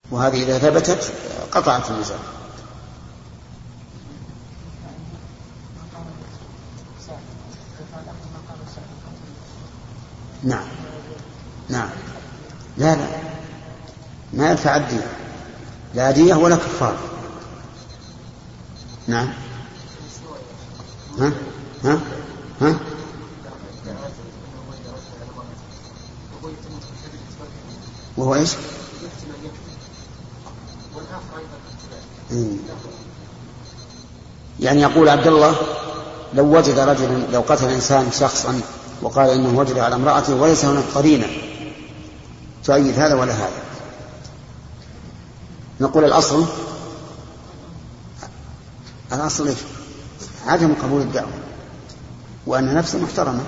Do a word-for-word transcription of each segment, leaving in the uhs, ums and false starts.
وهذه إذا ثبتت قطعت النزاع. نعم نعم لا لا ما يدفع الدية، لا دية ولا كفار. نعم ها ها ها وهو ايش؟ يعني يقول عبد الله لو وجد رجلا، لو قتل إنسان شخصا وقال إنه وجد على امرأته وليس هناك قرينة تؤيد هذا ولا هذا، نقول الأصل الأصل إيش؟ عدم قبول الدعوة، وأن نفسه محترمة.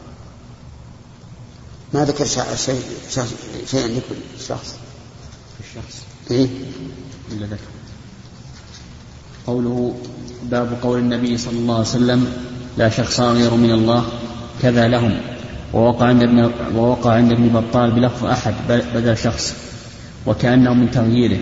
ما ذكر شيء شيء شيئا لكل شخص الشخص إيه؟ إلا ذكر. قوله باب قول النبي صلى الله عليه وسلم لا شخص غير من الله كذا لهم، ووقع عند ابن, ووقع عند ابن بطال بلفظ أحد بدل شخص وكأنه من تغييره.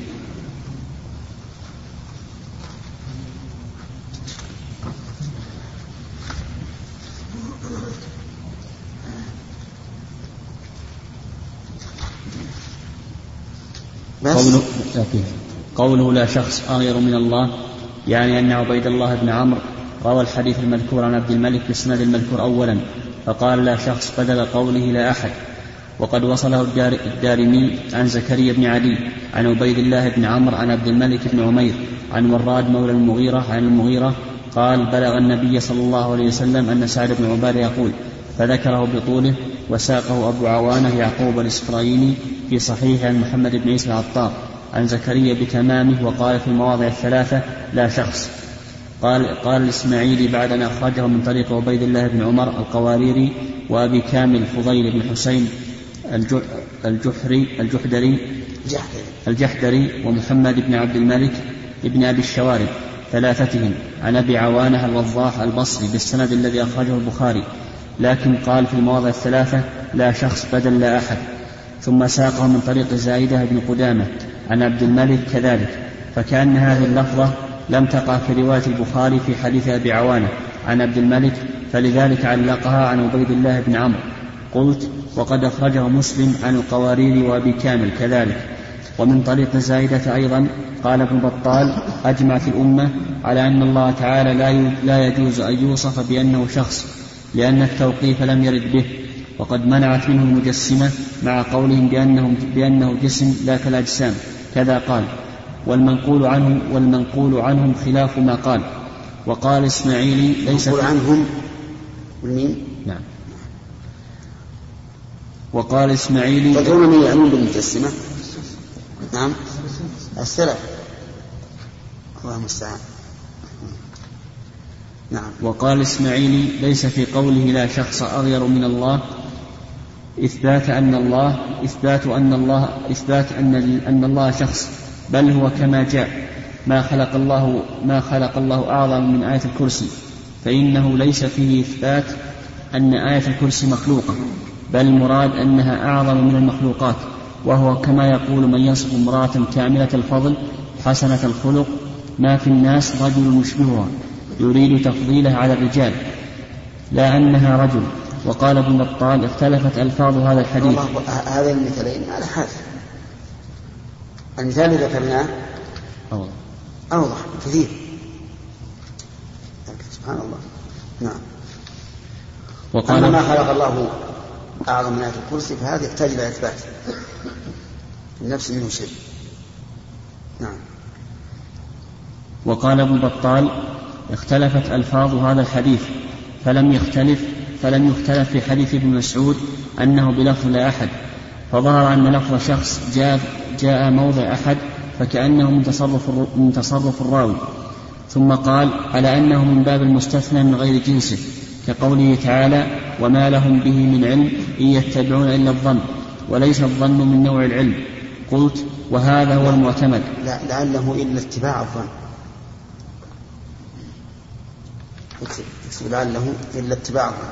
قوله, قوله لا شخص غير من الله يعني أن عبيد الله بن عمرو روى الحديث المذكور عن عبد الملك بالسند المذكور أولا فقال لا شخص بدل قوله لا أحد. وقد وصله الدارمي عن زكريا بن علي عن عبيد الله بن عمرو عن عبد الملك بن عمير عن وراد مولى المغيرة عن المغيرة قال بلغ النبي صلى الله عليه وسلم أن سعد بن عبادة يقول، فذكره بطوله. وساقه أبو عوانة يعقوب الإسفرايني في صحيح عن محمد بن عيسى العطار عن زكريا بتمامه، وقال في المواضع الثلاثة لا شخص. قال, قال الإسماعيلي بعد أن أخرجه من طريق عبيد الله بن عمر القواريري وأبي كامل الفضيل بن حسين الجحري الجحدري الجحدري ومحمد بن عبد الملك بن أبي الشوارب ثلاثتهم عن أبي عوانة الوضاح البصري بالسند الذي أخرجه البخاري، لكن قال في المواضع الثلاثة لا شخص بدل لا أحد. ثم ساقه من طريق زايدة بن قدامة عن عبد الملك كذلك، فكأن هذه اللفظة لم تقع في رواية البخاري في حديث أبي عوانة عن عبد الملك، فلذلك علقها عن عبيد الله بن عمرو. قلت وقد أخرجه مسلم عن القوارير وأبي كامل كذلك. ومن طريق زايدة أيضا قال ابن بطال أجمعت الأمة على أن الله تعالى لا يجوز أن يوصف بأنه شخص لأن التوقيف لم يرد به، وقد منعت منه المجسمة مع قولهم بأنه, بأنه جسم لا كالأجسام كذا قال. والمنقول عنه والمنقول عنهم خلاف ما قال. وقال إسماعيلي ليس عنهم والمين؟ نعم. وقال إسماعيلي تدرون من يعنون بالمجسمة؟ نعم السلف، الله المستعان. نعم. وقال إسماعيلي ليس في قوله لا شخص أغير من الله إثبات أن الله إثبات أن الله إثبات أن أن الله شخص، بل هو كما جاء ما خلق الله ما خلق الله أعظم من آية الكرسي، فإنه ليس فيه إثبات أن آية الكرسي مخلوقة، بل المراد أنها أعظم من المخلوقات، وهو كما يقول من يصف امرأة كاملة الفضل حسنة الخلق ما في الناس رجل يشبهها يريد تفضيله على الرجال لا أنها رجل. وقال ابن بطال اختلفت ألفاظ هذا الحديث. هذا المثالين على حال المثال اللي ذكرناه أوضح, أوضح كثير. سبحان الله. نعم. وقال ما خلق الله أعظم من آية الكرسي فهذا يحتاج إلى إثبات النفس منه شيء. نعم. وقال ابن بطال اختلفت ألفاظ هذا الحديث فلم يختلف فلم يختلف في حديث ابن مسعود أنه بلفظ لا أحد، فظهر أن لفظ شخص جاء, جاء موضع أحد فكأنه من تصرف, من تصرف الراوي. ثم قال على أنه من باب المستثنى من غير جنسه كقوله تعالى وما لهم به من علم إن يتبعون إلا الظن، وليس الظن من نوع العلم. قلت وهذا هو المعتمد. لا لعله إلا اتباع الظن، اكتب لعله إلا اتباع الظن،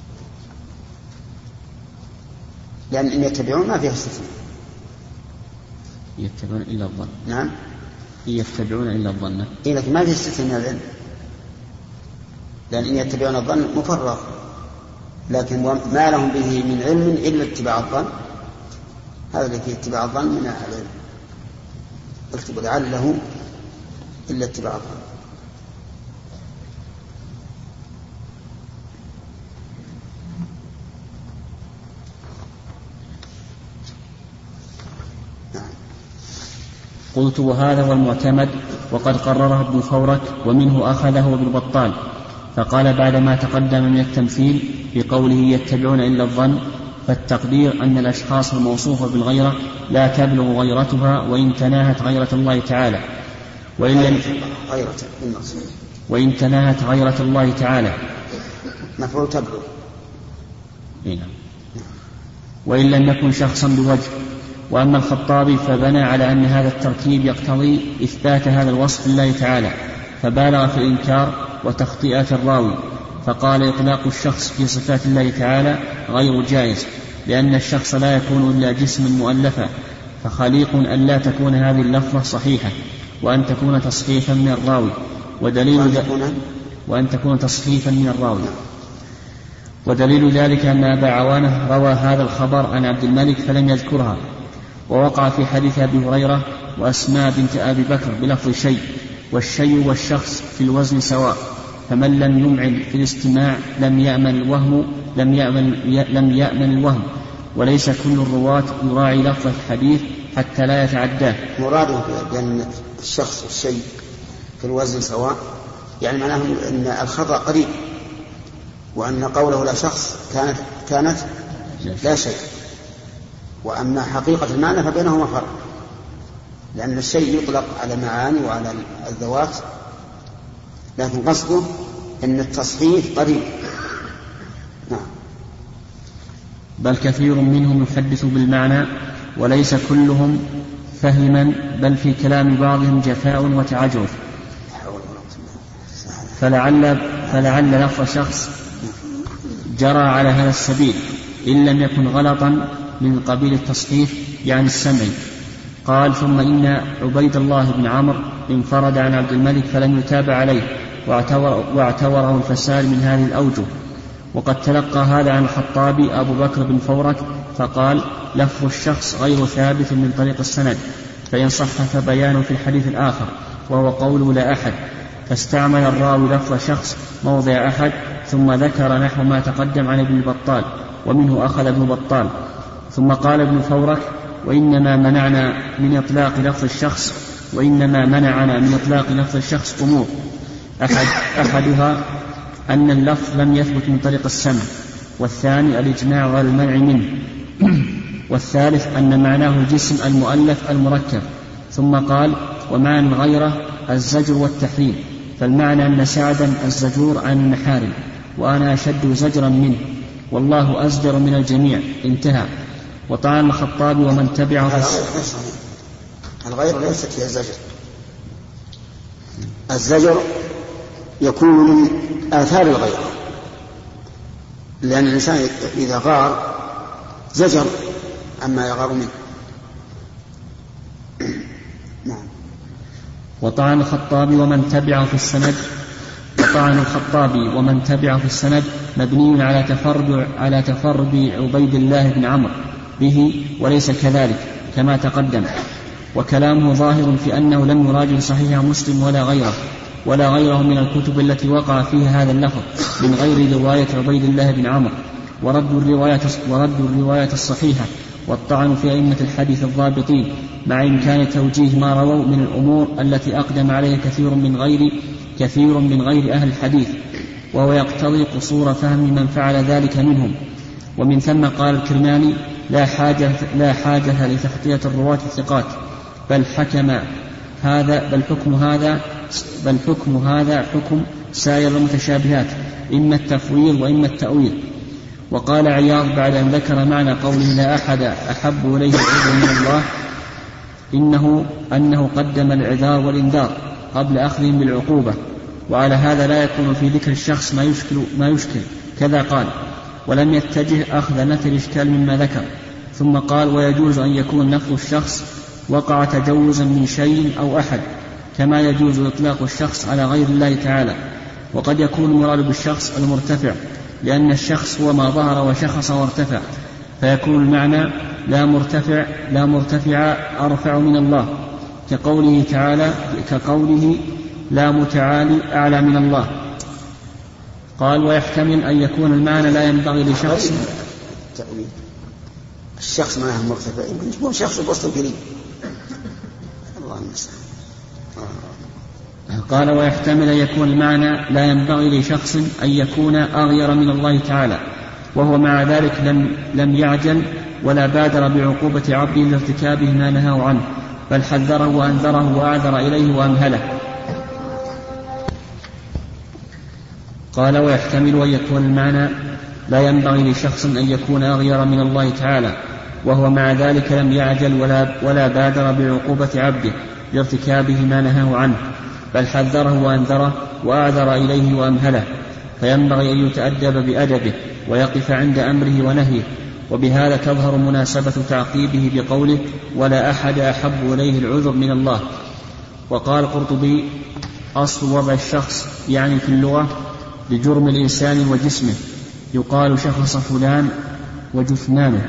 لأن إن يتبعون ما فيها استثناء. يتبعون إلا الظن. نعم يتبعون إلا الظن. إيه لكن ما في استثناء من العلم، لأن إن يتبعون الظن مفرغ، لكن ما لهم به من علم إلا اتباع الظن، هذا الذي اتباع الظن من العلم. اكتب لعله إلا اتباع الظن. قلت وهذا هو المعتمد وقد قرره ابن فورك ومنه أخذه ابن بطال. فقال بعد ما تقدم من التمثيل بقوله يتبعون إلا الظن، فالتقدير أن الأشخاص الموصوفة بالغيرة لا تبلغ غيرتها وإن تناهت غيرة الله تعالى، وإن لم وإن تناهت غيرة الله تعالى مفعول تبلغ، وإن لم يكن شخصا بوجه. وأما الخطابي فبنى على أن هذا التركيب يقتضي إثبات هذا الوصف لله تعالى، فبالغ في الإنكار وتخطئة الراوي، فقال إطلاق الشخص في صفات الله تعالى غير جائز، لأن الشخص لا يكون إلا جسما مؤلفا، فخليق أن لا تكون هذه اللفظة صحيحة وأن تكون تصحيفا من الراوي، ودليل ذلك وأن تكون تصحيفا من الراوي ودليل ذلك أن أبا عوانة روى هذا الخبر عن عبد الملك فلم يذكرها، ووقع في حديث أبي هريرة وأسماء بنت أبي بكر بلفظ شيء، والشيء والشخص في الوزن سواء، فمن لم يمعن في الاستماع لم يأمن الوهم لم يأمن, لم يأمن الوهم وليس كل الرواة يراعي لفظ الحديث حتى لا يتعداه. مراده بأن الشخص والشيء في الوزن سواء يعني معناه أن الخطأ قريب، وأن قوله لا شخص كانت, كانت لا شيء، وأما حقيقة المعنى فبينهما فرق، لأن الشيء يطلق على معاني وعلى الذوات، لكن قصده أن التصحيح قريب. نعم. بل كثير منهم يحدث بالمعنى وليس كلهم فهما، بل في كلام بعضهم جفاء وتعجرف، فلعل, فلعل لفظ شخص جرى على هذا السبيل إن لم يكن غلطا من قبيل التصحيف يعني السمع. قال ثم إن عبيد الله بن عمرو انفرد عن عبد الملك فلم يتابع عليه، واعتبر واعتبره الفساد من هذه الأوجه. وقد تلقى هذا عن الخطابي أبو بكر بن فورك فقال لفظ الشخص غير ثابت من طريق السند، فإن صح فبيانه في الحديث الآخر وهو قوله لا أحد، فاستعمل الراوي لفظ شخص موضع أحد ثم ذكر نحو ما تقدم عن ابن بطال، ومنه أخذ ابن بطال. ثم قال ابن فورك وإنما منعنا من إطلاق لفظ الشخص وإنما منعنا من إطلاق لفظ الشخص أمور، أحد أحدها أن اللفظ لم يثبت من طريق السمع، والثاني الإجماع على المنع منه، والثالث أن معناه الجسم المؤلف المركب. ثم قال ومعنى غيره الزجر والتحريم، فالمعنى أن سعدا الزجور عن المحارم وأنا أشد زجرا منه والله أزجر من الجميع، انتهى. وطعن الخطابي ومن تبعه الغير ليست هي الزجر، الزجر يكون من آثار الغير، لأن الإنسان إذا غار زجر عما يغار منه. نعم. وطعن الخطابي ومن تبعه في السند وطعن الخطابي ومن تبعه في السند مبني على تفرد على تفرد عبيد الله بن عمرو به وليس كذلك كما تقدم، وكلامه ظاهر في أنه لم يراجع صحيح مسلم ولا غيره ولا غيره من الكتب التي وقع فيها هذا اللفظ من غير رواية عبيد الله بن عمرو، ورد الرواية ورد الرواية الصحيحة والطعن في أئمة الحديث الضابطين مع إمكان توجيه ما رووا من الأمور التي أقدم عليها كثير من غير كثير من غير أهل الحديث، وهو يقتضي قصور فهم من فعل ذلك منهم. ومن ثم قال الكرماني لا حاجة لا حاجة لتخطية الرواة الثقات، بل حكم هذا بل حكم هذا بل حكم هذا حكم سائر المتشابهات، إما التفويض وإما التأويل. وقال عياض بعد أن ذكر معنى قوله لا أحد أحب إليه العذر من الله إنه أنه قدم الإعذار والإنذار قبل أخذهم بالعقوبة، وعلى هذا لا يكون في ذكر الشخص ما يشكل, ما يشكل كذا قال، ولم يتجه أخذ نفي الإشكال مما ذكر. ثم قال ويجوز أن يكون نفي الشخص وقع تجوزا من شيء أو أحد، كما يجوز إطلاق الشخص على غير الله تعالى. وقد يكون المراد بالشخص المرتفع، لأن الشخص هو ما ظهر وشخص وارتفع، فيكون المعنى لا مرتفع لا مرتفع أرفع من الله، كقوله تعالى كقوله لا متعالي أعلى من الله. قال ويحتمل أن يكون المعنى لا ينبغي لشخص. الشخص معناه مرتفع، يمكن يكون شخص بوسط القريب. الله المستعان. قال ويحتمل أن يكون المعنى لا ينبغي لشخص أن يكون أغير من الله تعالى، وهو مع ذلك لم, لم يعجل ولا بادر بعقوبة عبده لارتكابه ما نهاه عنه، بل حذره وأنذره وأعذر إليه وأمهله. قال ويحتمل أن يكون المعنى لا ينبغي لشخص أن يكون أغير من الله تعالى، وهو مع ذلك لم يعجل ولا, ولا بادر بعقوبة عبده لارتكابه ما نهاه عنه، بل حذره وأنذره وأعذر إليه وأمهله، فينبغي أن يتأدب بأدبه ويقف عند أمره ونهيه. وبهذا تظهر مناسبة تعقيبه بقوله ولا أحد أحب إليه العذر من الله. وقال القرطبي أصل وضع الشخص يعني في اللغة لجرم الإنسان وجسمه، يقال شخص فلان وجثمانه،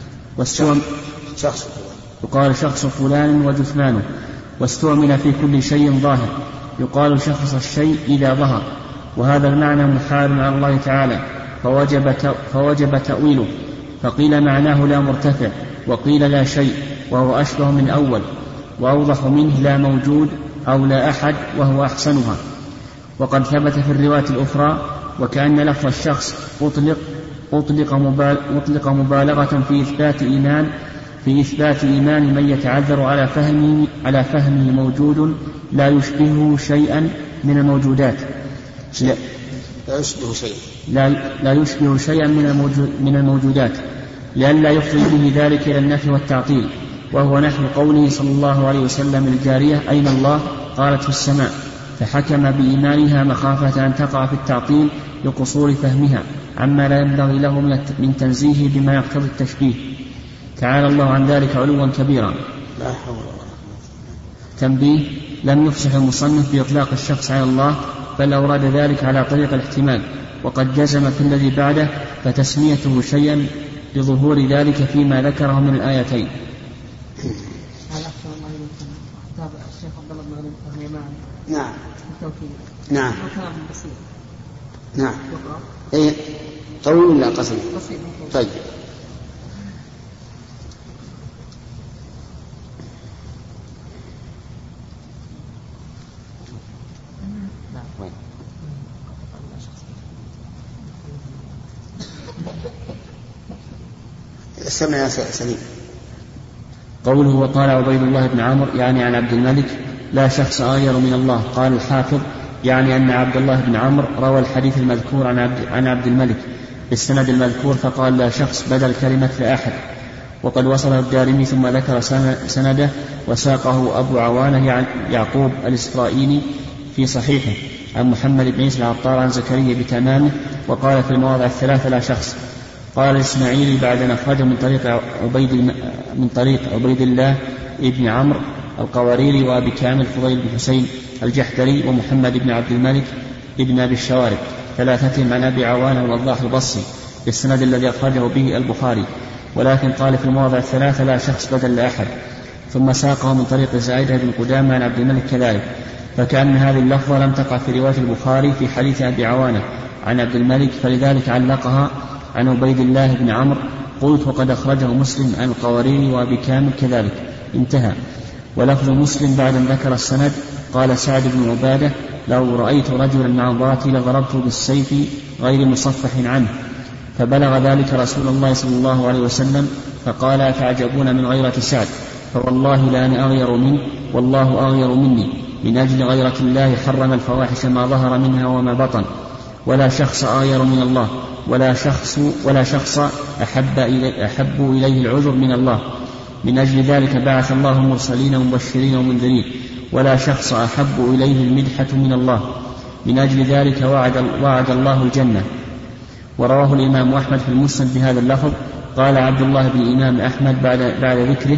شخص يقال شخص فلان وجثمانه، واستعمل في كل شيء ظاهر، يقال شخص الشيء إذا ظهر. وهذا المعنى محال على الله تعالى، فوجب, فوجب تأويله، فقيل معناه لا مرتفع، وقيل لا شيء، وهو أشبه من أول، وأوضح منه لا موجود أو لا أحد، وهو أحسنها. وقد ثبت في الرواية الأخرى وكأن لفظ الشخص أطلق, أطلق, مبال أطلق مبالغة في إثبات إيمان في إثبات إيمان من يتعذر على فهمه, على فهمه موجود لا يشبهه شيئا من الموجودات لا, لا يشبه شيء لا, لا يشبه شيئا من, الموجود من الموجودات لئلا يفضي به ذلك إلى النفي والتعطيل، وهو نحو قوله صلى الله عليه وسلم الجارية أين الله؟ قالت في السماء، فحكم بإيمانها مخافة أن تقع في التعطيل لقصور فهمها عما لا ينبغي له من تنزيه بما يقتضي التشبيه، تعالى الله عن ذلك علوا كبيرا. لا حول ولا قوة. تنبيه: لم يفصح المصنف بإطلاق الشخص على الله، بل أورد ذلك على طريق الاحتمال، وقد جزم في الذي بعده فتسميته شيئا لظهور ذلك فيما ذكره من الآيتين. نعم نعم نعم ايه طويل ولا قصير؟ طيب سمع يا سليم. قوله وقال عبيد الله بن عمرو يعني عن عبد الملك لا شخص أغير من الله. قال الحافظ يعني أن عبد الله بن عمرو روى الحديث المذكور عن عبد, عن عبد الملك بالسند المذكور، فقال لا شخص بدل كلمة لا أحد. وقد وصله الدارمي ثم ذكر سنده وساقه أبو عوانة يعقوب الإسرائيلي في صحيحه عن محمد بن عيسى العطار عن زكريا بتمامه، وقال في المواضع الثلاثة لا شخص. قال الإسماعيلي بعد أن أخرجه من طريق عبيد من طريق عبيد الله ابن عمرو القواريري وأبي كامل فضيل بن حسين الجحدري ومحمد بن عبد الملك ابن أبي الشوارب ثلاثتهم عن أبي عوانة والوضاح البصري بالسند الذي أخرجه به البخاري، ولكن قال في المواضع الثلاثة لا شخص بدل لا أحد. ثم ساقه من طريق زائدة بن قدامة عن عبد الملك كذلك، فكأن هذه اللفظة لم تقع في رواية البخاري في حديث أبي عوانة عن عبد الملك، فلذلك علقها عن عبيد الله بن عمرو. قلت وقد أخرجه مسلم عن القواريري وأبي كامل كذلك. انتهى. ولفظ مسلم بعد أن ذكر السند قال سعد بن عبادة لو رأيت رجلا مع ضراتي لضربته بالسيف غير مصفح عنه، فبلغ ذلك رسول الله صلى الله عليه وسلم فقال أتعجبون من غيرة سعد؟ فوالله لا أنا أغير منه والله أغير مني، من أجل غيرة الله حرم الفواحش ما ظهر منها وما بطن، ولا شخص أغير من الله، ولا شخص ولا شخص أحب إلي أحب إليه العذر من الله، من أجل ذلك بعث الله المرسلين مبشرين ومنذرين، ولا شخص أحب إليه المدحة من الله، من أجل ذلك وعد, وعد الله الجنة. ورواه الإمام أحمد في المسند بهذا اللفظ. قال عبد الله بن الإمام أحمد بعد, بعد ذكره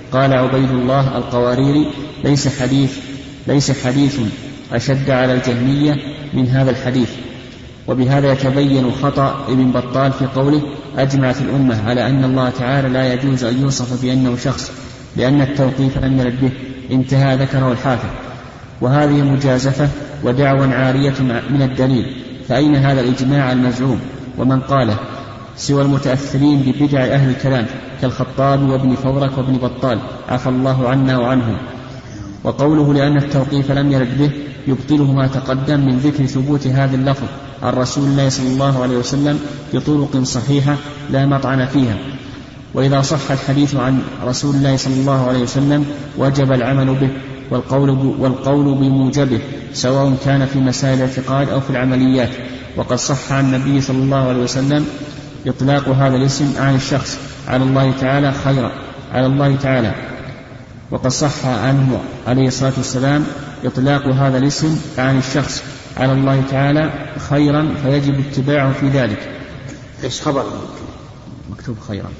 قال عبيد الله القواريري: ليس حديث ليس حديث أشد على الجهمية من هذا الحديث. وبهذا يتبين خطأ ابن بطال في قوله: أجمعت الأمة على أن الله تعالى لا يجوز أن يوصف بأنه شخص لأن التوقيف لم يرد به. انتهى. ذكره الحافظ. وهذه مجازفة ودعوى عارية من الدليل، فأين هذا الإجماع المزعوم؟ ومن قاله سوى المتأثرين ببدع أهل الكلام كالخطاب وابن فورك وابن بطال عفى الله عنا وعنهم. وقوله لأن التوقيف لم يرد به يبطله ما تقدم من ذكر ثبوت هذا اللفظ عن رسول الله صلى الله عليه وسلم بطرق صحيحة لا مطعن فيها. وإذا صح الحديث عن رسول الله صلى الله عليه وسلم وجب العمل به والقول, والقول بموجبه، سواء كان في مسائل الاعتقاد أو في العمليات. وقد صح عن النبي صلى الله عليه وسلم إطلاق هذا الاسم عن الشخص على الله تعالى خيرا على الله تعالى وقد صح عنه عليه الصلاة والسلام إطلاق هذا الاسم عن الشخص على الله تعالى خيرا، فيجب اتباعه في ذلك. إيش خبر؟ مكتوب خيرا.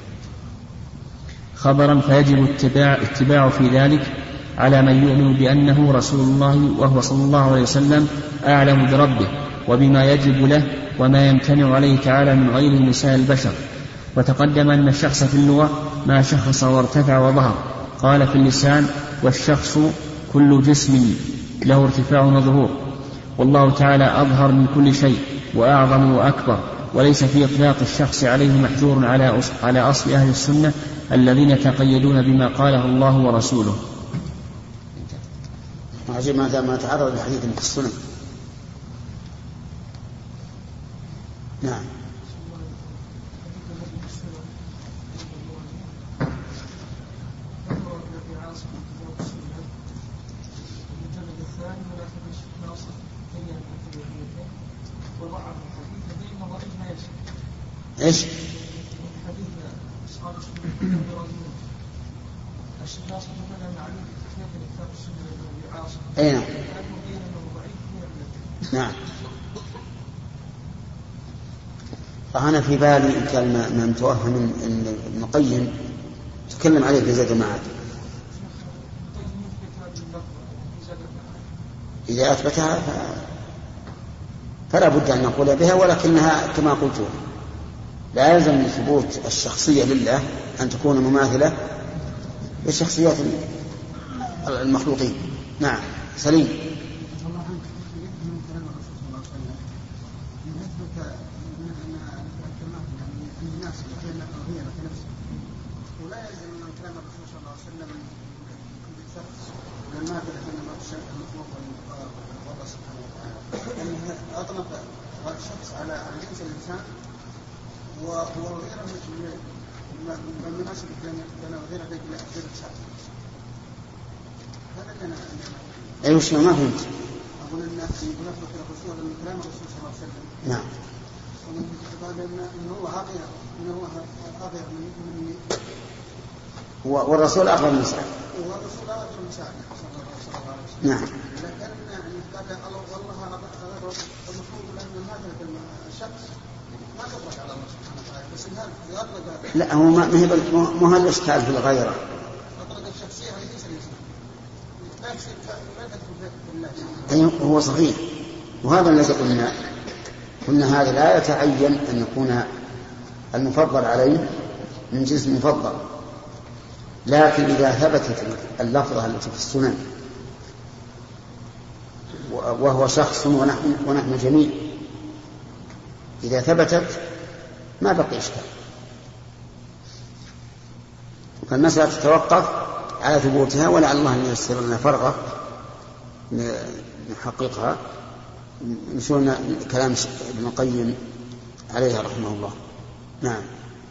خبرا فيجب اتباع اتباعه في ذلك على من يؤمن بأنه رسول الله وهو صلى الله عليه وسلم أعلم بربه وبما يجب له وما يمتنع عليه تعالى من غير نساء البشر. وتقدم أن الشخص في اللغة ما شخص وارتفع وظهر. قال في اللسان: والشخص كل جسم له ارتفاع وظهور. والله تعالى أظهر من كل شيء وأعظم وأكبر، وليس في إطلاق الشخص عليه محجور على أصل أهل السنة الذين يتقيدون بما قاله الله ورسوله. عجيب ما تعرض لحديث في السنة. نعم. ايش؟ اي نعم. نعم. فأنا في بالي إن كان ما متوهم أن ابن القيم تكلم عليه في زاد المعاد إذا أثبتها فلا بد أن نقول بها، ولكنها كما قلت لا يلزم من ثبوت الشخصية لله أن تكون مماثلة لشخصيات المخلوقين. نعم. سليم. أطلق الشخص على جنس الإنسان وهو غير المناسب كان غير ذلك غير الشخص. هذا كان أي وش ما فهمت؟ أقول أن ينطبق الرسول من كلام الرسول صلى الله عليه وسلم. نعم. وقال إن هو أغير إن هو أغير من هو والرسول أغير من سعد. والرسول أغير من سعد صلى الله عليه وسلم. نعم. لكن قال الله والله أغير المفروض أن هذا الشخص ما تطلق على الله سبحانه وتعالى، بس إنها يطلق. لا هو ما هي ما هو الإشكال في الغيرة. أطلق الشخصية على ليس الإنسان. لا يصير لا تدخل في أي الله. هو صحيح. وهذا الذي قلنا قلنا هذا لا يتعين أن يكون المفضل عليه من جنس المفضل، لكن إذا ثبتت اللفظة التي في السنن وهو شخص ونحن, ونحن جميع، إذا ثبتت ما بقي إشكال. فالمسألة تتوقف على ثبوتها، ولعل الله أن ييسر لنا فرغة نحققها نشوف كلام ابن القيم عليها رحمه الله. نعم.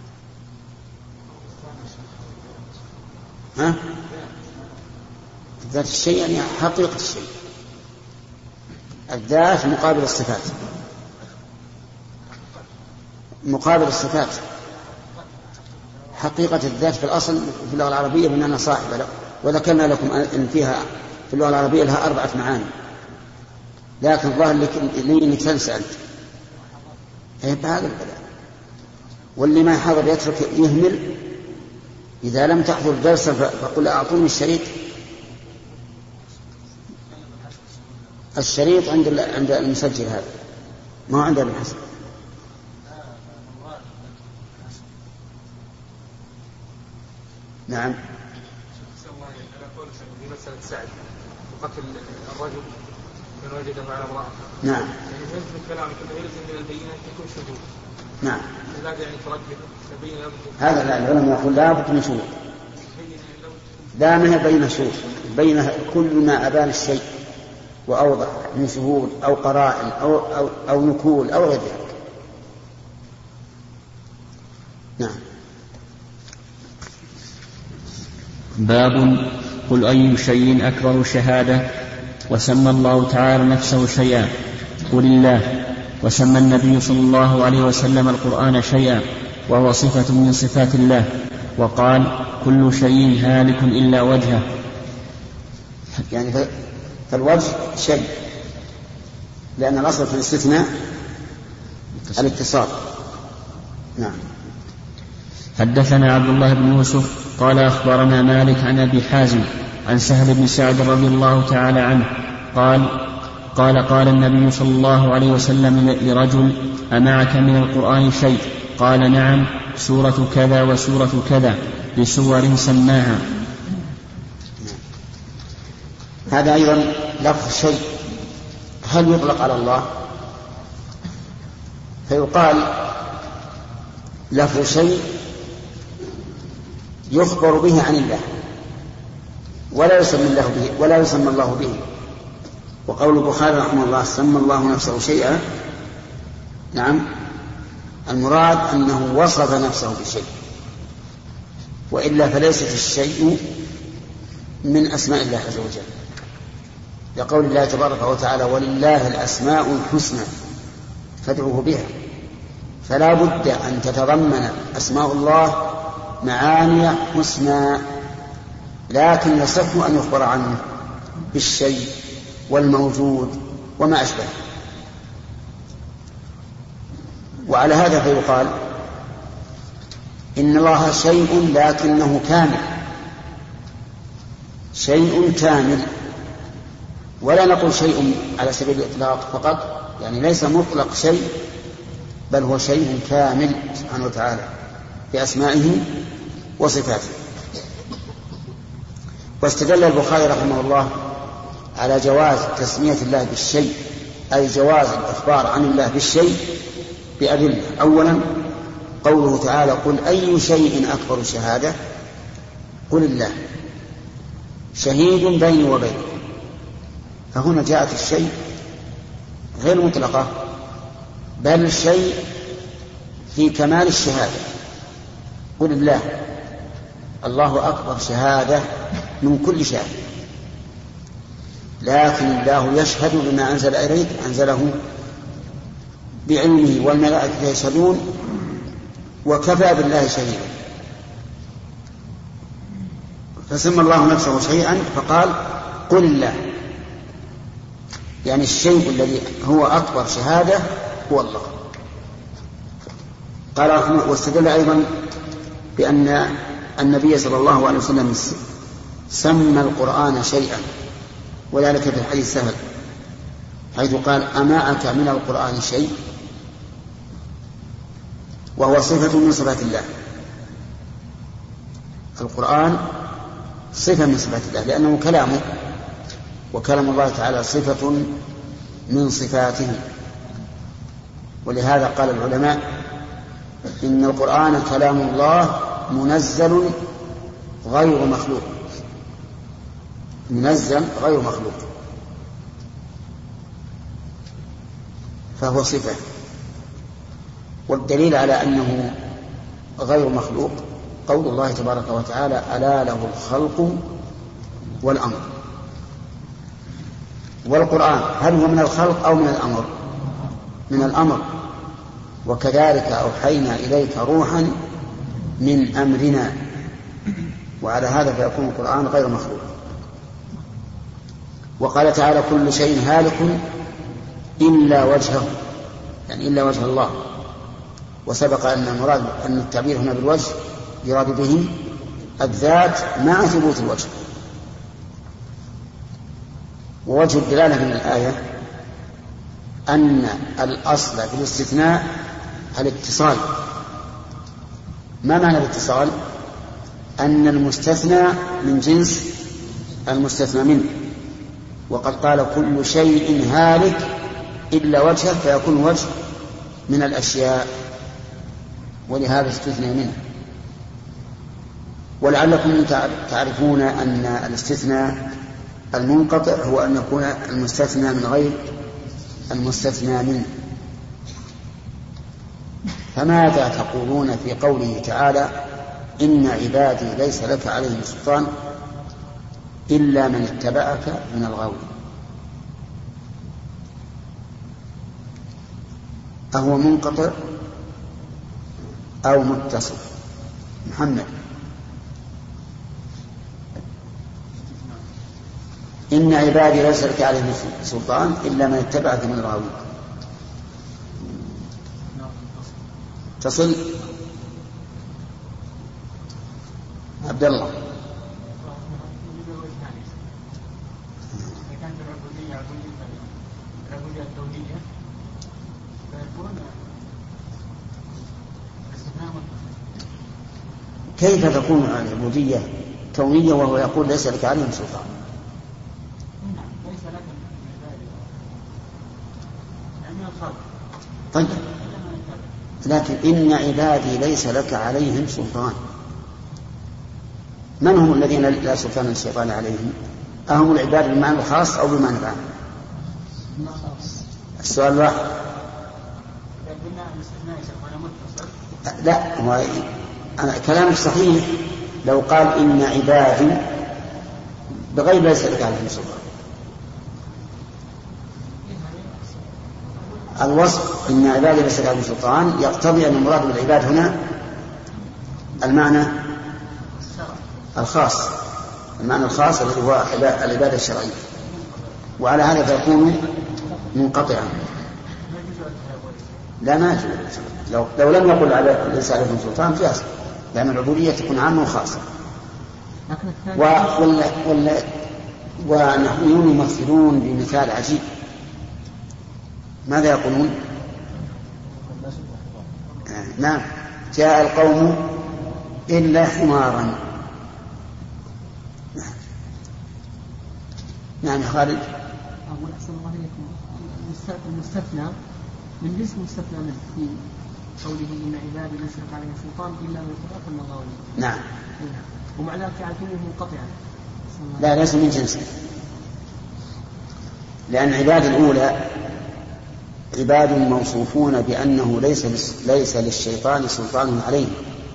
ها؟ ذات الشيء يعني حقيقة الشيء. الذات مقابل الصفات، مقابل الصفات. حقيقة الذات في الأصل في اللغة العربية بأننا صاحبة له، وذكرنا لكم أن فيها في اللغة العربية لها أربعة معاني، لكن الظاهر لك إنك تنسى أنت هذا البلاء. واللي ما يحضر يترك يهمل إذا لم تحضر الجلسة فقل أعطوني الشريط. الشريط عند عند المسجل هذا، ما عند ابن حسن. نعم. في مسألة سعد وقتل الرجل من وجد مع امرأة. نعم. يعني يلزم الكلام كما يلزم من البينة يكون شهود. نعم. هذا يعني ترجح البينة. هذا لا، العلماء يقول لا بد من شهود. لا من البينة شهود، البينة كل ما أبان الشيء وأوضح من شهود أو قرائن أو أو أو نكول أو غير ذلك. نعم. باب قل أي شيء أكبر شهادة. وسمى الله تعالى نفسه شيئا، قل الله. وسمى النبي صلى الله عليه وسلم القرآن شيئا، وهو صفة من صفات الله، وقال كل شيء هالك إلا وجهه. يعني فالوجه شيء، لأن الأصل في الاستثناء الاتصال. نعم. حدثنا عبد الله بن يوسف قال أخبرنا مالك عن أبي حازم عن سهل بن سعد رضي الله تعالى عنه قال قال قال النبي صلى الله عليه وسلم لرجل أمعك من القرآن شيء؟ قال نعم، سورة كذا وسورة كذا بسور سماها. هذا أيضا لفظ شيء هل يطلق على الله؟ فيقال لفظ شيء يخبر به عن الله ولا يسمى الله به ولا يسمى الله به. وقول البخاري رحمه الله سمى الله نفسه شيئا، نعم، المراد أنه وصف نفسه بشيء، وإلا فليست الشيء من أسماء الله عز وجل، لقول الله تبارك وتعالى ولله الأسماء الحسنى فادعوه بها. فلا بد أن تتضمن أسماء الله معاني حسنى، لكن يصح أن يخبر عنه بالشيء والموجود وما أشبه. وعلى هذا فيقال إن الله شيء لكنه كامل، شيء كامل، ولا نقول شيء على سبيل الإطلاق فقط، يعني ليس مطلق شيء، بل هو شيء كامل سبحانه وتعالى بأسمائه وصفاته. واستدل البخاري رحمه الله على جواز تسمية الله بالشيء، أي جواز الإخبار عن الله بالشيء بأدلة. أولا قوله تعالى قل أي شيء أكبر شهادة؟ قل الله شهيد بيني وبينك. فهنا جاءت الشيء غير مطلقة، بل الشيء في كمال الشهادة. قل الله، الله أكبر شهادة من كل شيء، لكن الله يشهد بما أنزل إليك، أنزله بعلمه والملائكة يشهدون وكفى بالله شهيدا. فسمى الله نفسه شيئا فقال قل الله، يعني الشيء الذي هو أكبر شهادة هو الله. قال واستدل أيضا بأن النبي صلى الله عليه وسلم سمى القرآن شيئا، وذلك في الحديث سهل حيث قال أمعك من القرآن شيء، وهو صفة من صفات الله. القرآن صفة من صفات الله لأنه كلامه، وكلام الله تعالى صفة من صفاته. ولهذا قال العلماء إن القرآن كلام الله منزل غير مخلوق، منزل غير مخلوق، فهو صفة. والدليل على أنه غير مخلوق قول الله تبارك وتعالى ألا له الخلق والأمر. والقرآن هل هو من الخلق أو من الأمر؟ من الأمر. وكذلك أوحينا إليك روحا من أمرنا، وعلى هذا فيكون القرآن غير مخلوق. وقال تعالى كل شيء هالك إلا وجهه، يعني إلا وجه الله. وسبق أن المراد أن التعبير هنا بالوجه يراد به الذات مع ثبوت الوجه. ووجه الدلالة من الآية أن الأصل في الاستثناء الاتصال. ما معنى الاتصال؟ أن المستثنى من جنس المستثنى منه، وقد قال كل شيء هالك إلا وجهه، فيكون وجه من الأشياء، ولهذا استثنى منه. ولعلكم تعرفون أن الاستثناء المنقطع هو أن يكون المستثنى من غير المستثنى منه. فماذا تقولون في قوله تعالى إن عبادي ليس لك عليهم سلطان إلا من اتبعك من الغاوين؟ أهو منقطع أو متصل؟ محمد. إن عبادي ليس لك عليهم سلطان إلا من اتبعك من الغاوين. تصل عبد الله. كيف تكون العبودية كونية وهو يقول ليس لك عليهم سلطان؟ طيب، لكن إن عبادي ليس لك عليهم سلطان، من هم الذين لا سلطان للشيطان عليهم؟ أهم العباد بمعنى الخاص أو بمعنى العام؟ السؤال واحد. لا، هو كلامك صحيح لو قال إن عبادي بغير ليس لك عليهم سلطان. الوصف إن عبادي ليس لك عليهم سلطان يقتضي أن المراد بالعباد هنا المعنى الخاص، المعنى الخاص الذي هو العبادة الشرعية، وعلى هذا فيكون منقطعا. لا، ما يجوز. لو, لو لم يقل ليس عليهم سلطان جاز، لأن العبودية تكون عامة وخاصة. ونحن يمثلون بمثال عجيب. ماذا يقولون؟ آه نعم، جاء القوم إلا حمارا. نعم يا خالد. أقول أحسن الله إليكم، المستثنى من جنس مستثنى منه في قوله إن عبادي ليس لك عليهم سلطان إلا من اتبعك من الغاوين. نعم. ومع ذلك يعرفونه منقطعا. لا، ليس من جنسه، لأن عباد الأولى عباد موصوفون بأنه ليس ليس للشيطان سلطان عليهم،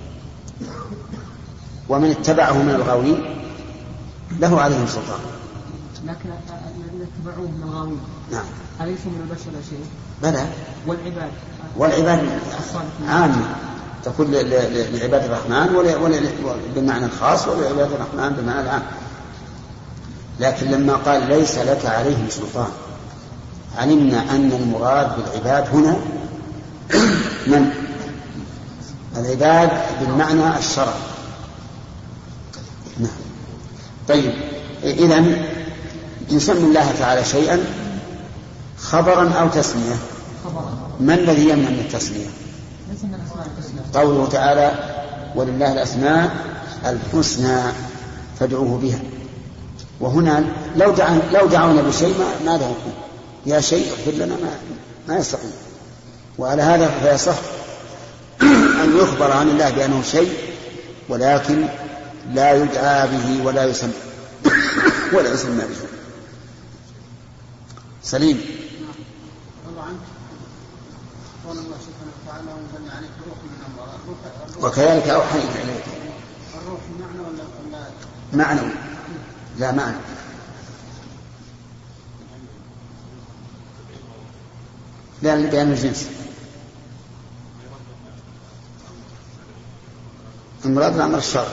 ومن اتبعه من الغاوين له عليهم سلطان. لكن الذين اتبعوه من الغاوين نعم أليسوا من البشر شيء؟ بلى. والعباد والعباد عام تكون لعباد الرحمن بالمعنى الخاص ولعباد الرحمن بالمعنى العام. لكن لما قال ليس لك عليهم سلطان علمنا أن المراد بالعباد هنا من العباد بالمعنى الشرعي. نعم. طيب، إذن نسمي الله تعالى شيئا خبرا أو تسمية. ما الذي يمنع من التسمية؟ قوله تعالى ولله الأسماء الحسنى فادعوه بها. وهنا لو دعونا لو دعونا بشيء ما ماذا يكون؟ يا شيء اغفر لنا ما ما يستقيم. وعلى هذا فيصح أن يخبر عن الله بأنه شيء ولكن لا يدعى به ولا يسمى ولا يسمى به. سليم. وكذلك أوحينا إليك. الروح معنى ولا معنى؟ لا معنى. لا، لبيان الجنس. المراد الأمر الشرعي،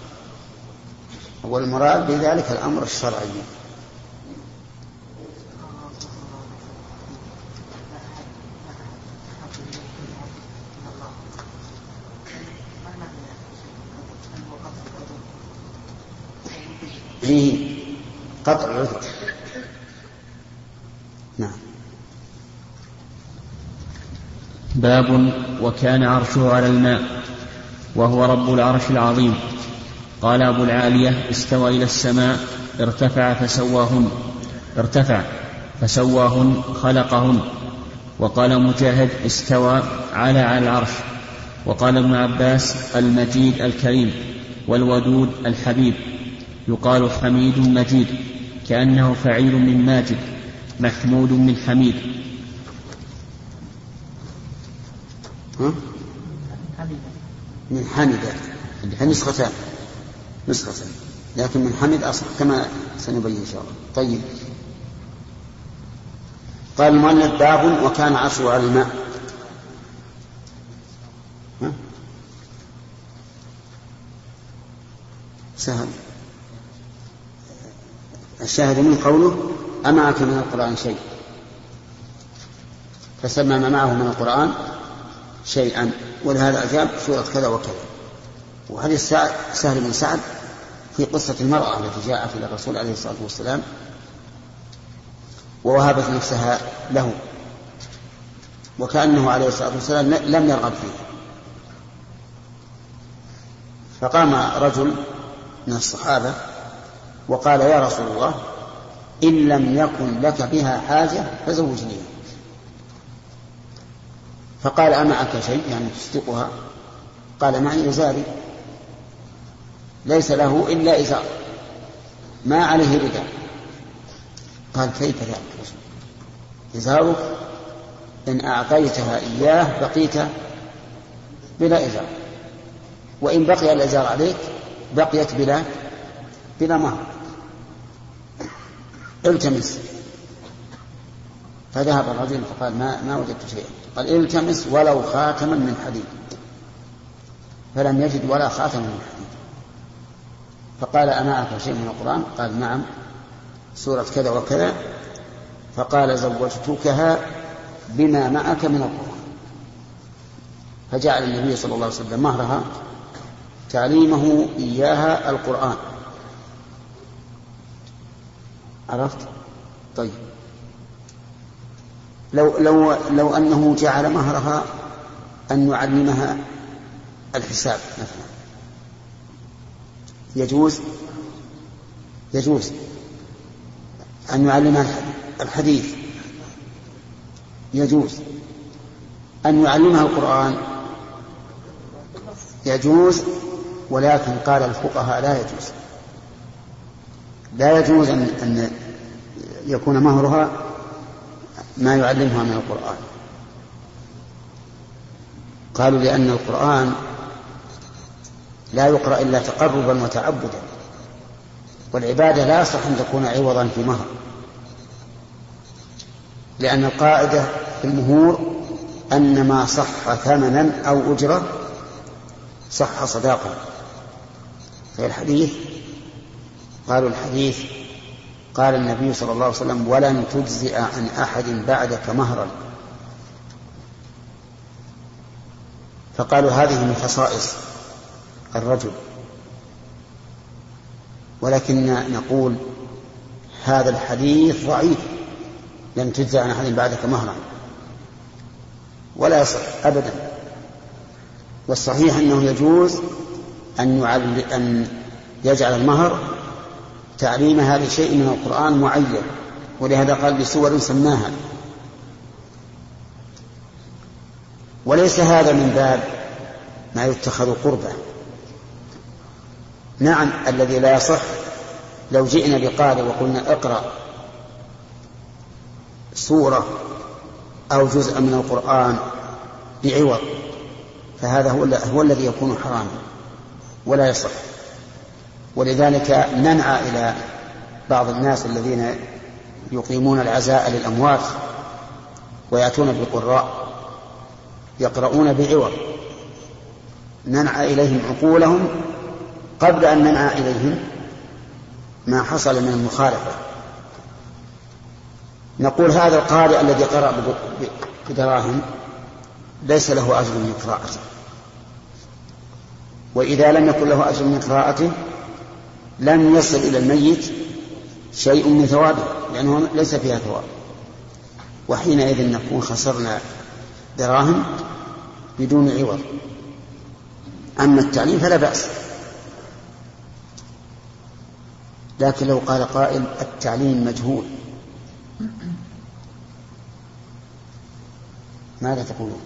والمراد بذلك الأمر الشرعي. قطع العذر. نعم. باب وكان عرشه على الماء وهو رب العرش العظيم. قال أبو العالية استوى إلى السماء ارتفع فسواهن ارتفع فسواهن خلقهن. وقال مجاهد استوى على على العرش. وقال ابن عباس المجيد الكريم والودود الحبيب. يقال حميد مجيد كأنه فعيل من ماجد محمود من حميد. من حمد نسختان نسختان لكن من حمد أصل كما سنبين إن شاء الله. طيب. قال المؤلف باب وكان عرشه على الماء. ها؟ سهل. الشاهد من قوله أمعك من القرآن شيء، فسمى ما معه من القرآن شيئا، ولهذا أجاب سورة كذا وكذا. وحديث سهل بن سعد في قصة المرأة التي جاءت إلى الرسول عليه الصلاة والسلام ووهبت نفسها له، وكأنه عليه الصلاة والسلام لم يرغب فيه. فقام رجل من الصحابة وقال يا رسول الله إن لم يكن لك بها حاجة فزوجنيها. فقال أمعك شيء يعني تصدقها؟ قال معي إزاري ليس له إلا إزار ما عليه رداء. قال كيف ذلك؟ إزارك إن أعطيتها إياه بقيت بلا إزار، وإن بقي الإزار عليك بقيت بلا بلا مهر. التمس. فذهب الرجل فقال ما, ما وجدت شيئا. قال التمس ولو خاتما من حديد، فلم يجد ولا خاتما من حديد. فقال أمعك شيء من القرآن؟ قال نعم سورة كذا وكذا. فقال زوجتكها بما معك من القرآن. فجعل النبي صلى الله عليه وسلم مهرها تعليمه إياها القرآن. عرفت؟ طيب. لو, لو, لو أنه جعل مهرها أن يعلمها الحساب مثلا يجوز يجوز أن يعلمها الحديث يجوز أن يعلمها القرآن يجوز. ولكن قال الفقهاء لا يجوز لا يجوز أن, أن يكون مهرها ما يعلمها من القرآن. قالوا لأن القرآن لا يقرأ إلا تقربا وتعبدا، والعبادة لا يصح أن تكون عوضا في مهر، لأن القاعدة في المهور أن ما صح ثمنا أو أجرة صح صداقا. في الحديث قالوا الحديث قال النبي صلى الله عليه وسلم ولن تجزئ عن أحد بعدك مهرا. فقالوا هذه من خصائص الرجل، ولكن نقول هذا الحديث ضعيف لن تجزئ عن أحد بعدك مهرا ولا يصح أبدا. والصحيح أنه يجوز أن, أن يجعل المهر تعليمها لشيء من القرآن معين، ولهذا قال بسور سماها. وليس هذا من باب ما يتخذ قربة. نعم الذي لا يصح لو جئنا بقارئ وقلنا اقرأ سورة أو جزء من القرآن بعوض، فهذا هو, هو الذي يكون حراما ولا يصح. ولذلك ننعى إلى بعض الناس الذين يقيمون العزاء للأموات ويأتون بالقراء يقرؤون بعوض، ننعى إليهم عقولهم قبل أن ننعى إليهم ما حصل من المخالفة. نقول هذا القارئ الذي قرأ بدراهم ليس له أجر من قراءته، وإذا لم يكن له أجر من قراءته لم يصل إلى الميت شيء من ثوابه لأنه ليس فيها ثواب، وحينئذ نكون خسرنا دراهم بدون عوض. أما التعليم فلا بأس. لكن لو قال قائل التعليم مجهول ماذا تقولون؟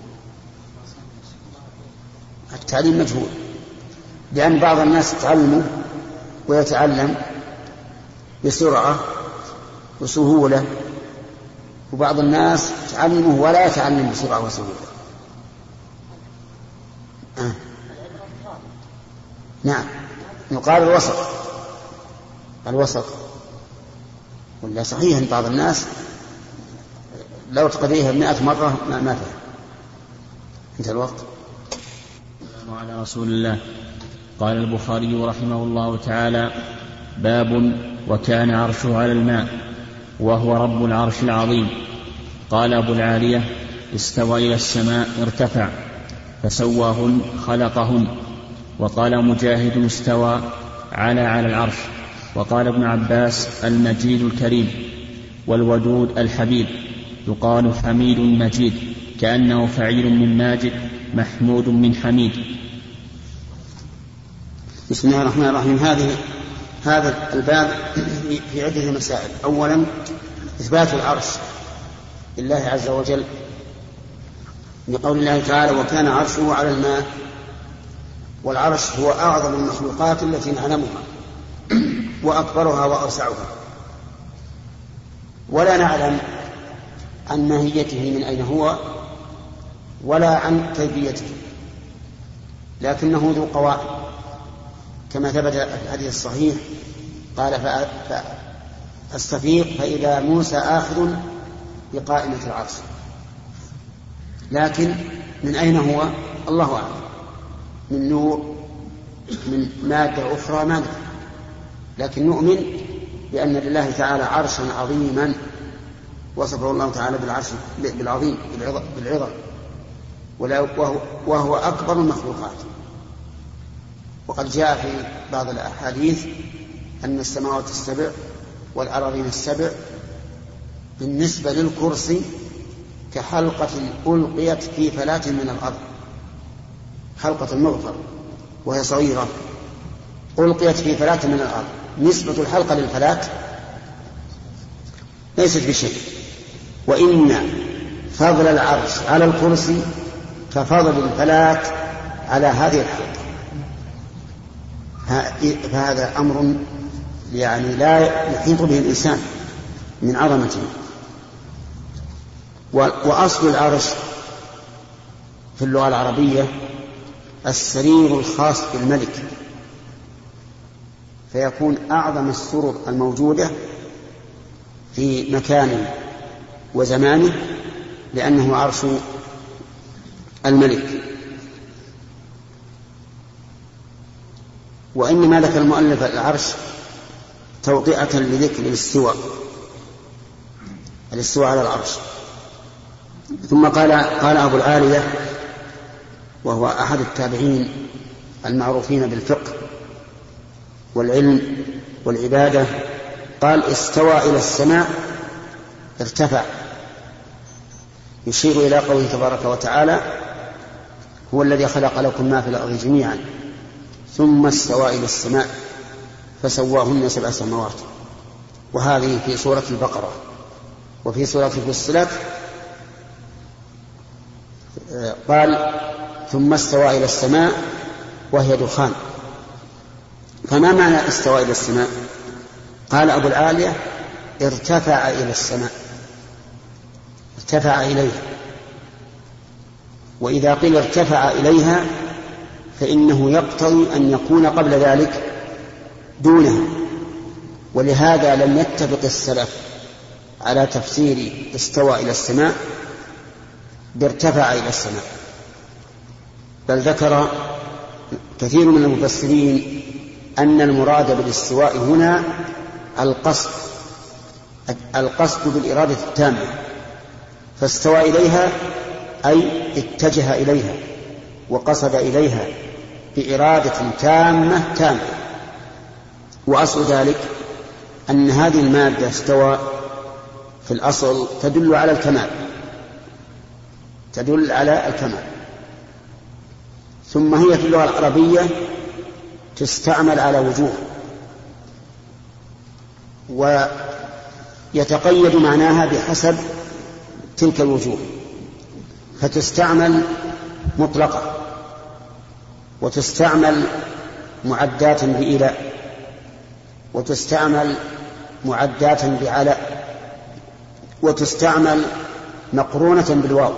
التعليم مجهول لأن بعض الناس يتعلم ويتعلم بسرعة وسهولة، وبعض الناس يتعلمه ولا يتعلم بسرعة وسهولة. آه. نعم، يقال الوسط الوسط ولا صحيح أن بعض الناس لو تقضيها مئة مرة ما ما فهم. انت الوقت. وعلى رسول الله. قال البخاري رحمه الله تعالى: باب وكان عرشه على الماء وهو رب العرش العظيم. قال أبو العالية: استوى إلى السماء ارتفع فسواهن خلقهن. وقال مجاهد: استوى على على العرش. وقال ابن عباس: المجيد الكريم. والودود الحبيب، يقال حميد مجيد كأنه فعيل من ماجد محمود من حميد. بسم الله الرحمن الرحيم. هذه هذا الباب في عدة مسائل. أولا إثبات العرش لله عز وجل بقول الله تعالى: وكان عرشه على الماء. والعرش هو أعظم المخلوقات التي نعلمها وأكبرها وأوسعها، ولا نعلم عن ماهيته من أين هو ولا عن كيفيته، لكنه ذو قوائم كما ثبت في الحديث الصحيح. قال: فاستفيق فإذا موسى آخذ بقائمة العرش. لكن من أين هو الله أعلم، من نور، من مادة أخرى ما ندري، لكن نؤمن بأن لله تعالى عرشا عظيما وصفه الله تعالى بالعرش بالعظيم بالعظم، وهو أكبر المخلوقات. وقد جاء في بعض الأحاديث أن السماوات السبع والأراضين السبع بالنسبة للكرسي كحلقة ألقيت في فلاة من الأرض، حلقة المغفر وهي صغيرة ألقيت في فلاة من الأرض. نسبة الحلقة للفلاة ليست بشيء، وإن فضل العرش على الكرسي كفضل الفلاة على هذه الحلقة. فهذا أمر يعني لا يحيط به الإنسان من عظمته. وأصل العرش في اللغة العربية السرير الخاص بالملك، فيكون أعظم السرر الموجودة في مكان وزمانه لأنه عرش الملك. وإنما ذكر المؤلف العرش توطئة لذكر الاستواء الاستواء على العرش. ثم قال قال أبو العالية وهو أحد التابعين المعروفين بالفقه والعلم والعبادة، قال: استوى إلى السماء ارتفع، يشير إلى قوله تبارك وتعالى: هو الذي خلق لكم ما في الأرض جميعا ثم استوى إلى السماء فسواهن سبع سماوات. وهذه في سورة البقرة. وفي سورة فصلت قال: ثم استوى إلى السماء وهي دخان. فما معنى استوى إلى السماء؟ قال أبو العالية: ارتفع إلى السماء، ارتفع إليها. وإذا قيل ارتفع إليها فإنه يقتضي أن يكون قبل ذلك دونها، ولهذا لم يتفق السلف على تفسير استوى إلى السماء بارتفع إلى السماء، بل ذكر كثير من المفسرين أن المراد بالاستواء هنا القصد القصد بالإرادة التامة، فاستوى إليها أي اتجه إليها وقصد إليها بإرادة تامة تامة. وأصل ذلك أن هذه المادة استوى في الأصل تدل على الكمال، تدل على الكمال، ثم هي في اللغة العربية تستعمل على وجوه، ويتقيد معناها بحسب تلك الوجوه، فتستعمل مطلقة، وتستعمل معدات بإلاء، وتستعمل معدات بعلاء، وتستعمل مقرونة بالواو.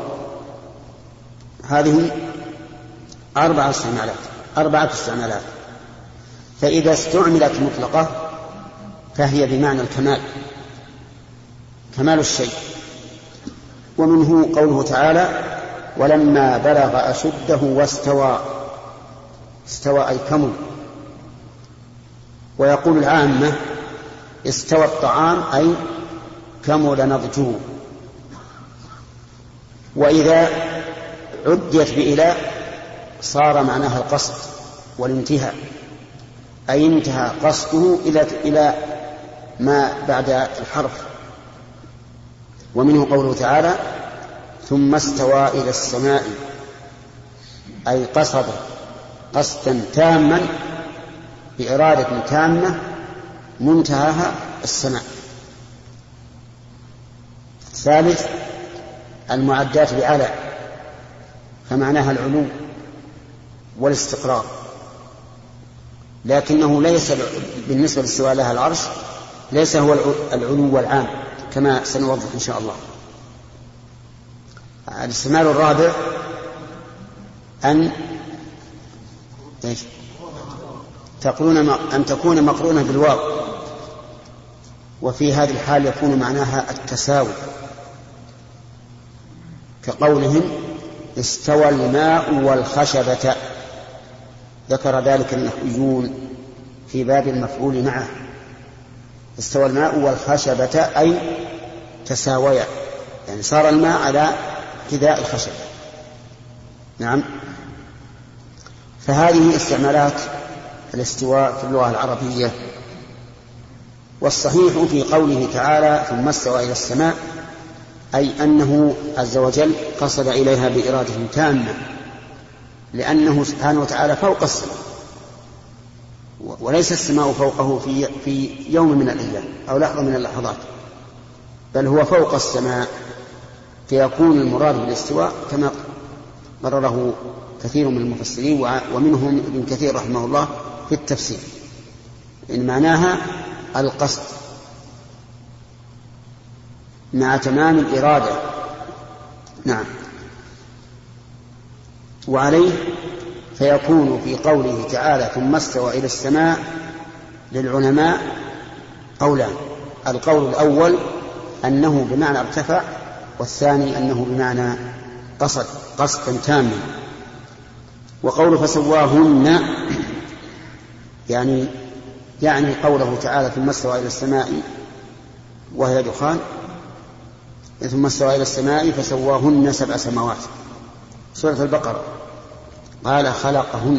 هذه أربعة استعمالات أربعة استعمالات فإذا استعملت مطلقة فهي بمعنى الكمال، كمال الشيء. ومنه قوله تعالى ولما بلغ أشده واستوى، استوى أي كمل. ويقول العامة استوى الطعام أي كمل نضجه. وإذا عديت بإلاء صار معناها القصد والانتهاء، أي انتهى قصده إلى إلى ما بعد الحرف. ومنه قوله تعالى ثم استوى إلى السماء، أي قصد قصدا تاما بإرادة تامة منتهاها السماء. ثالث المعدات بعلى، فمعناها العلو والاستقرار، لكنه ليس بالنسبة لاستواء لها العرش ليس هو العلو العام كما سنوضح إن شاء الله. الاستعمال الرابع أن تقولون أن تكون مقرونة بالواو، وفي هذه الحال يكون معناها التساوي، كقولهم استوى الماء والخشبة، ذكر ذلك النحويون في باب المفعول معه. استوى الماء والخشبة أي تساويا، يعني صار الماء على حذاء الخشبة. نعم. فهذه استعمالات الاستواء في اللغة العربية. والصحيح في قوله تعالى ثم استوى إلى السماء أي أنه عز وجل قصد إليها بإرادة تامة، لأنه سبحانه وتعالى فوق السماء، وليس السماء فوقه في, في يوم من الأيام أو لحظة من اللحظات، بل هو فوق السماء، فيكون المراد بالاستواء كما قرره كثير من المفسرين ومنهم ابن كثير رحمه الله في التفسير، إن معناها القصد مع تمام الإرادة. نعم. وعليه فيكون في قوله تعالى ثم استوى إلى السماء للعلماء قولان: القول الأول أنه بمعنى ارتفع، والثاني أنه بمعنى قصد قصدا تاما. وقول فسواهن يعني يعني قوله تعالى ثم استوى إلى السماء وهي دخان، ثم استوى إلى السماء فسواهن سبع سماوات، سورة البقرة، قال خلقهن.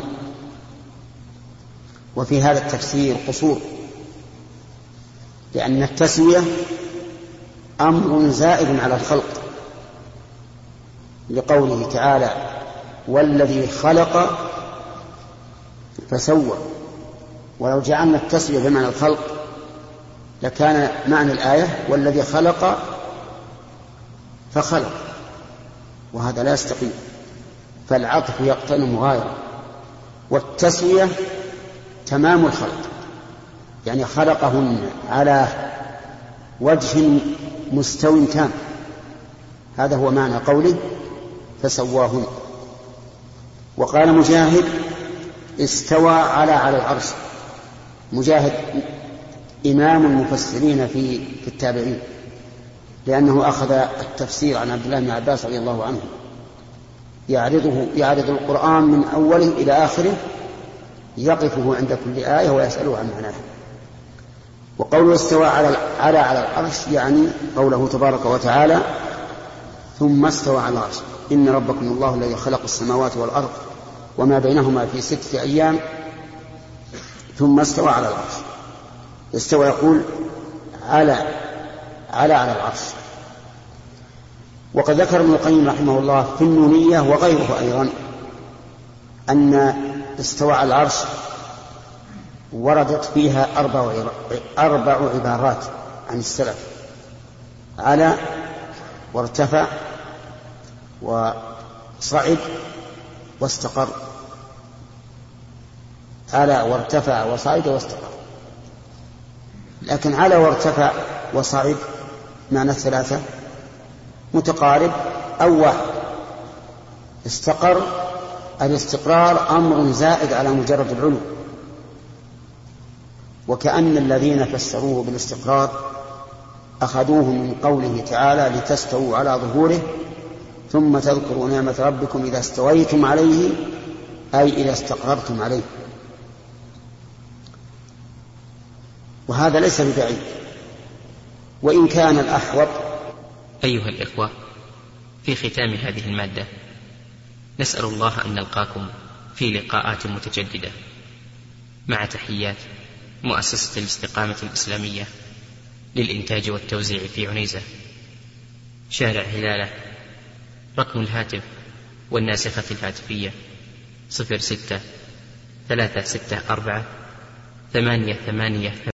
وفي هذا التفسير قصور، لأن التسوية أمر زائد على الخلق، لقوله تعالى والذي خلق فسوى. ولو جعلنا التسوية بمعنى الخلق لكان معنى الآية والذي خلق فخلق، وهذا لا يستقيم، فالعطف يقتضي مغايرة، والتسوية تمام الخلق، يعني خلقهن على وجه مستو تام، هذا هو معنى قوله فسواهن. وقال مجاهد استوى على على العرش. مجاهد إمام المفسرين في في التابعين، لأنه أخذ التفسير عن عبد الله بن عباس رضي الله عنه، يعرضه يعرض القرآن من أوله إلى آخره، يقفه عند كل آية ويسأله عن معناها. وقوله استوى على على على العرش يعني قوله تبارك وتعالى ثم استوى على العرش إن ربكم الله الذي خلق السماوات والأرض وما بينهما في ستة أيام ثم استوى على العرش. استوى يقول على على على العرش. وقد ذكر ابن القيم رحمه الله في النونية وغيره أيضا أن استوى على العرش وردت فيها أربع أربع عبارات عن السلف: على، وارتفع، وصعد، واستقر. على وارتفع وصعد واستقر. لكن على وارتفع وصعد معنى ثلاثة متقارب أو واحد. استقر، الاستقرار أمر زائد على مجرد العلو، وكأن الذين فسروه بالاستقرار أخذوه من قوله تعالى: لتستووا على ظهوره ثم تذكروا نعمة ربكم إذا استويتم عليه، أي إذا استقررتم عليه. وهذا ليس ببعيد، وإن كان الأحوط. أيها الإخوة، في ختام هذه المادة نسأل الله أن نلقاكم في لقاءات متجددة، مع تحيات مؤسسة الاستقامة الإسلامية للإنتاج والتوزيع في عنيزة، شارع هلالة. رقم الهاتف والناسخة الهاتفية صفر ستة ثلاثة ستة أربعة ثمانية ثمانية